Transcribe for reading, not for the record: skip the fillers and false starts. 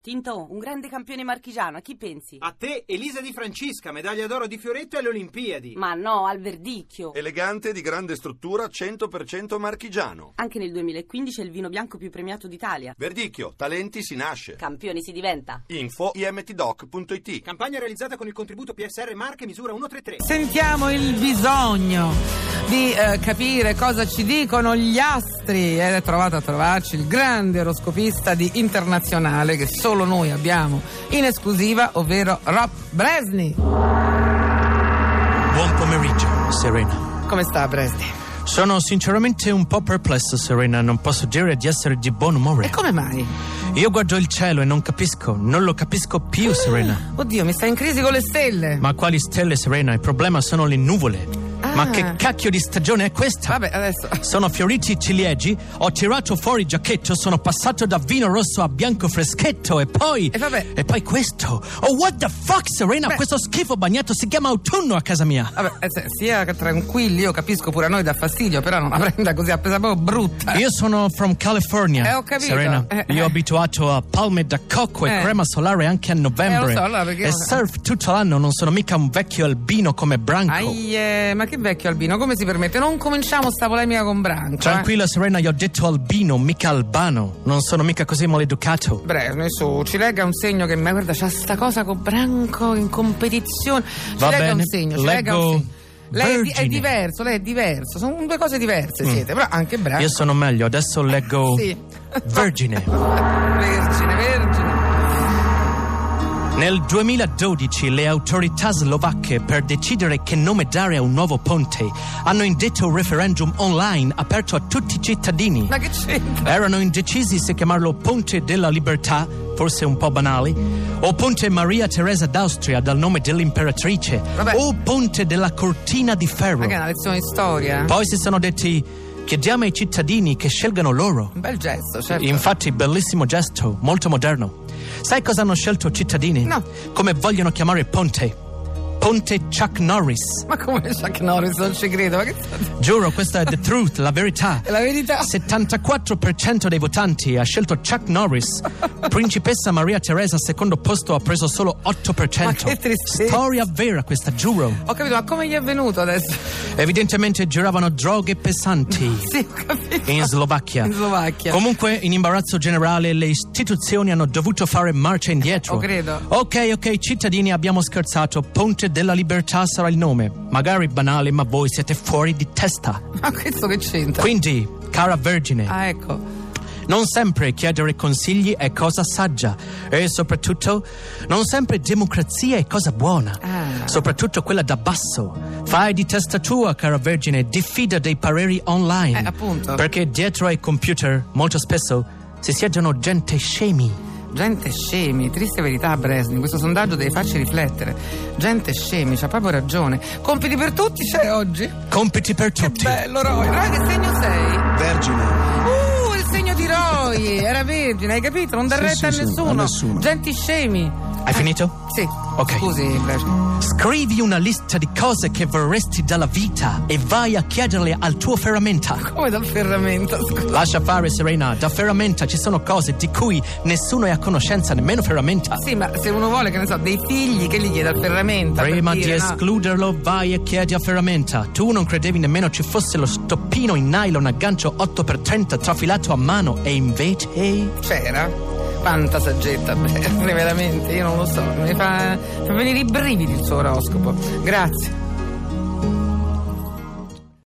Tinto, un grande campione marchigiano, a chi pensi? A te, Elisa Di Francisca, medaglia d'oro di Fioretto alle Olimpiadi. Ma no, al Verdicchio. Elegante, di grande struttura, 100% marchigiano. Anche nel 2015 è il vino bianco più premiato d'Italia. Verdicchio, talenti si nasce. Campioni si diventa. Info imtdoc.it. Campagna realizzata con il contributo PSR Marche misura 133. Sentiamo il bisogno di capire cosa ci dicono gli astri ed è trovato a trovarci il grande oroscopista di Internazionale che solo noi abbiamo in esclusiva, ovvero Rob Bresni. Buon pomeriggio, Serena. Come sta, Bresni? Sono sinceramente un po' perplesso, Serena. Non posso dire di essere di buon umore. E come mai? Io guardo il cielo e non lo capisco più, Serena. Oddio, mi stai in crisi con le stelle. Ma quali stelle, Serena? Il problema sono le nuvole. Ma che cacchio di stagione è questa? Vabbè, adesso sono fioriti i ciliegi, ho tirato fuori il giacchetto, sono passato da vino rosso a bianco freschetto e poi questo. Oh, what the fuck, Serena? Beh. Questo schifo bagnato si chiama autunno a casa mia. vabbè, sia tranquilli, io capisco pure a noi dà fastidio, però non la prenda così, appesa proprio brutta. Io sono from California. Ho capito. Serena, io ho abituato a palme da cocco e crema solare anche a novembre. Lo so, allora perché e surf tutto l'anno, non sono mica un vecchio albino come Branco. Ma che vecchio albino, come si permette? Non cominciamo sta polemica con Branco. Tranquilla, Serena, io ho detto albino, mica albano. Non sono mica così maleducato. Bresni, su, ci legga un segno che guarda, c'ha sta cosa con Branco in competizione. Va legga bene, un segno, ci legga un segno. Lei è diverso, lei è diverso, sono due cose diverse siete, però anche Branco. Io sono meglio, adesso leggo sì. Vergine. Vergine. Nel 2012 le autorità slovacche, per decidere che nome dare a un nuovo ponte, hanno indetto un referendum online aperto a tutti i cittadini. Ma che c'entra? Erano indecisi se chiamarlo Ponte della Libertà, forse un po' banale, o Ponte Maria Teresa d'Austria dal nome dell'imperatrice, o Ponte della Cortina di Ferro. Ma che è una lezione di storia? Poi si sono detti: chiediamo ai cittadini che scelgano loro. Un bel gesto, certo. Infatti, bellissimo gesto, molto moderno. Sai cosa hanno scelto i cittadini? No. Come vogliono chiamare il ponte? Ponte Chuck Norris. Ma come Chuck Norris? Non ci credo. Ma che... Giuro, questa è the truth, la verità. È la verità. 74% dei votanti ha scelto Chuck Norris. Principessa Maria Teresa, secondo posto, ha preso solo 8%. Ma che tristezza. Storia vera questa, giuro. Ho capito, ma come gli è venuto adesso? Evidentemente giravano droghe pesanti. Sì, ho capito. In Slovacchia. In Slovacchia. Comunque, in imbarazzo generale, le istituzioni hanno dovuto fare marcia indietro. Credo. Ok, cittadini, abbiamo scherzato. Ponte della Libertà sarà il nome. Magari banale, ma voi siete fuori di testa. Ma questo che c'entra? Quindi, cara Vergine, Ecco. non sempre chiedere consigli è cosa saggia e soprattutto non sempre democrazia è cosa buona, soprattutto quella da basso. Fai di testa tua, cara Vergine, diffida dei pareri online, appunto. perché dietro ai computer molto spesso si siedono gente scemi. Gente scemi, triste verità, Bresni. Questo sondaggio deve farci riflettere. Gente scemi, c'ha proprio ragione. Compiti per tutti c'è oggi? Compiti per tutti. Che bello, Roy. Roy, che segno sei? Vergine. Il segno di Roy. Era vergine, hai capito? Non dà retta a nessuno. a nessuno. Genti scemi. Hai finito? Sì. Ok. Scusi, Bresni. Scrivi una lista di cose che vorresti dalla vita e vai a chiederle al tuo ferramenta. Come dal ferramenta? Scusa. Lascia fare, Serena, da ferramenta ci sono cose di cui nessuno è a conoscenza, nemmeno ferramenta. Sì, ma se uno vuole, che ne so, dei figli, che gli chiede al ferramenta? Prima per di dire, no? escluderlo, vai e chiedi a ferramenta. Tu non credevi nemmeno ci fosse lo stoppino in nylon a gancio 8x30 trafilato a mano e invece... C'era? Quanta saggetta, veramente, io non lo so, mi fa venire i brividi il suo oroscopo. Grazie.